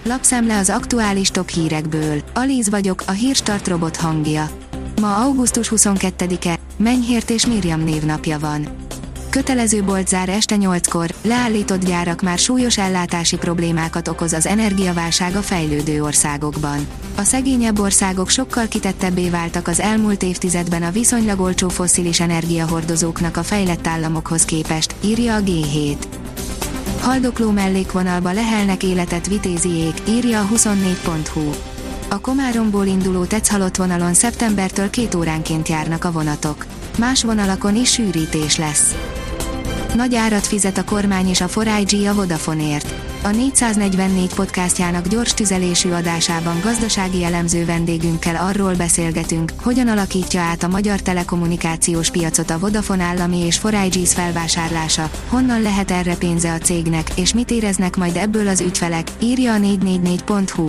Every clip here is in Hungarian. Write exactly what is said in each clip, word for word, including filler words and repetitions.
Lapszemle az aktuális top hírekből. Alíz vagyok, a Hírstart robot hangja. Ma augusztus huszonkettedike, Menyhért és Mirjam névnapja van. Kötelező boltzár este nyolckor, leállított gyárak már súlyos ellátási problémákat okoz az energiaválság a fejlődő országokban. A szegényebb országok sokkal kitettebbé váltak az elmúlt évtizedben a viszonylag olcsó fosszilis energiahordozóknak a fejlett államokhoz képest, írja a gé hét. Haldokló mellékvonalba lehelnek életet vitéziék, írja a huszonnégy pont hu. A Komáromból induló Tetszhalott vonalon szeptembertől két óránként járnak a vonatok. Más vonalakon is sűrítés lesz. Nagy árat fizet a kormány és a négy G a Vodafoneért. A négyszáznegyvennégy podcastjának gyors tüzelésű adásában gazdasági elemző vendégünkkel arról beszélgetünk, hogyan alakítja át a magyar telekommunikációs piacot a Vodafone állami és négy G felvásárlása, honnan lehet erre pénze a cégnek, és mit éreznek majd ebből az ügyfelek, írja a négy négy négy pont hu.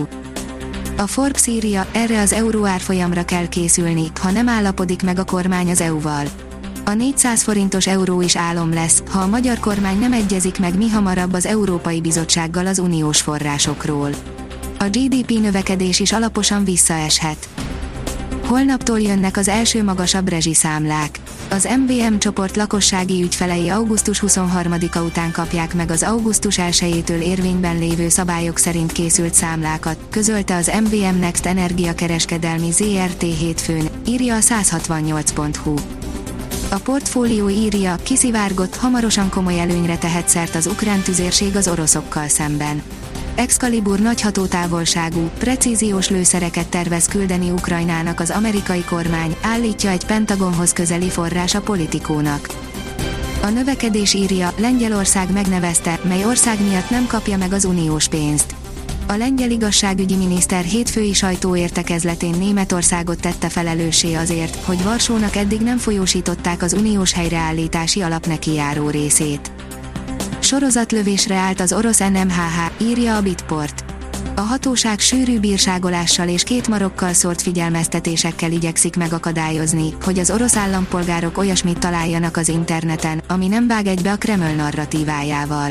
A Forbes írja, erre az euró árfolyamra kell készülni, ha nem állapodik meg a kormány az é u-val. A négyszáz forintos euró is álom lesz, ha a magyar kormány nem egyezik meg mihamarabb az Európai Bizottsággal az uniós forrásokról. A gé dé pé növekedés is alaposan visszaeshet. Holnaptól jönnek az első magasabb rezsiszámlák. Az em vé em csoport lakossági ügyfelei augusztus huszonharmadika után kapják meg az augusztus elsejétől érvényben lévő szabályok szerint készült számlákat, közölte az em vé em Next Energiakereskedelmi zé er té hétfőn, írja a száz hatvannyolc pont hu. A portfólió írja, kiszivárgott, hamarosan komoly előnyre tehet szert az ukrán tüzérség az oroszokkal szemben. Excalibur nagy hatótávolságú, precíziós lőszereket tervez küldeni Ukrajnának az amerikai kormány, állítja egy Pentagonhoz közeli forrás a Politikónak. A növekedés írja, Lengyelország megnevezte, mely ország miatt nem kapja meg az uniós pénzt. A lengyel igazságügyi miniszter hétfői sajtóértekezletén Németországot tette felelőssé azért, hogy Varsónak eddig nem folyósították az uniós helyreállítási alap nekijáró részét. Sorozatlövésre állt az orosz en em há há, írja a Bitport. A hatóság sűrű bírságolással és két marokkal szórt figyelmeztetésekkel igyekszik megakadályozni, hogy az orosz állampolgárok olyasmit találjanak az interneten, ami nem vág egybe a Kreml narratívájával.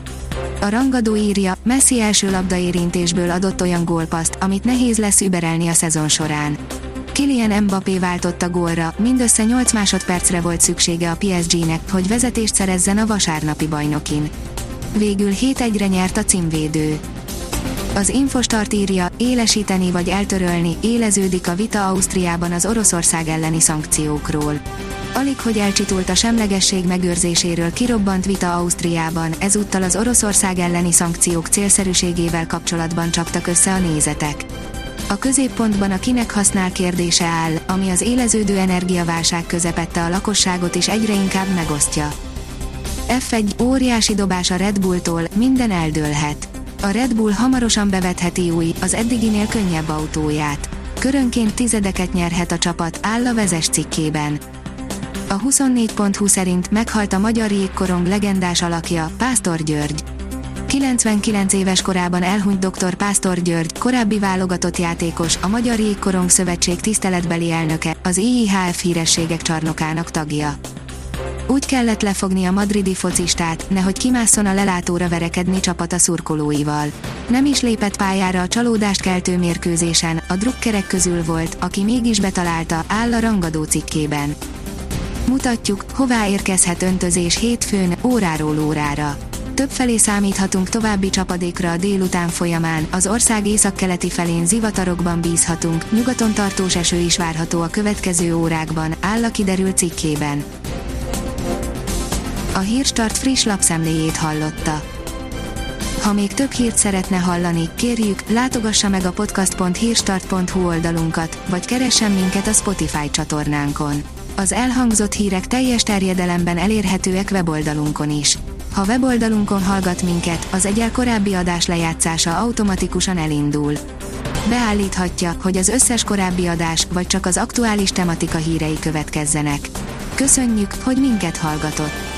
A rangadó írja, Messi első labdaérintésből adott olyan gólpaszt, amit nehéz lesz überelni a szezon során. Kylian Mbappé váltott a gólra, mindössze nyolc másodpercre volt szüksége a pé es gének, hogy vezetést szerezzen a vasárnapi bajnokin. Végül hét egyre nyert a címvédő. Az Infostart írja, élesíteni vagy eltörölni, éleződik a vita Ausztriában az Oroszország elleni szankciókról. Alig hogy elcsitult a semlegesség megőrzéséről kirobbant vita Ausztriában, ezúttal az Oroszország elleni szankciók célszerűségével kapcsolatban csaptak össze a nézetek. A középpontban a kinek használ kérdése áll, ami az éleződő energiaválság közepette a lakosságot is egyre inkább megosztja. ef egy óriási dobás a Red Bulltól, minden eldőlhet. A Red Bull hamarosan bevetheti új, az eddiginél könnyebb autóját. Körönként tizedeket nyerhet a csapat, áll a Vezes cikkében. A huszonnégy pont hu szerint meghalt a magyar jégkorong legendás alakja, Pásztor György. kilencvenkilenc éves korában elhunyt dr. Pásztor György, korábbi válogatott játékos, a Magyar Jégkorong Szövetség tiszteletbeli elnöke, az i i há ef hírességek csarnokának tagja. Úgy kellett lefogni a madridi focistát, nehogy kimásszon a lelátóra verekedni csapata szurkolóival. Nem is lépett pályára a csalódást keltő mérkőzésen, a drukkerek közül volt, aki mégis betalálta, áll a rangadó cikkében. Mutatjuk, hová érkezhet öntözés hétfőn, óráról órára. Többfelé számíthatunk további csapadékra a délután folyamán, az ország északkeleti felén zivatarokban bízhatunk, nyugaton tartós eső is várható a következő órákban, áll a kiderült cikkében. A Hírstart friss lapszemléjét hallotta. Ha még több hírt szeretne hallani, kérjük, látogassa meg a podcast pont hírstart pont hu oldalunkat, vagy keressen minket a Spotify csatornánkon. Az elhangzott hírek teljes terjedelemben elérhetőek weboldalunkon is. Ha weboldalunkon hallgat minket, az egyel korábbi adás lejátszása automatikusan elindul. Beállíthatja, hogy az összes korábbi adás, vagy csak az aktuális tematika hírei következzenek. Köszönjük, hogy minket hallgatott!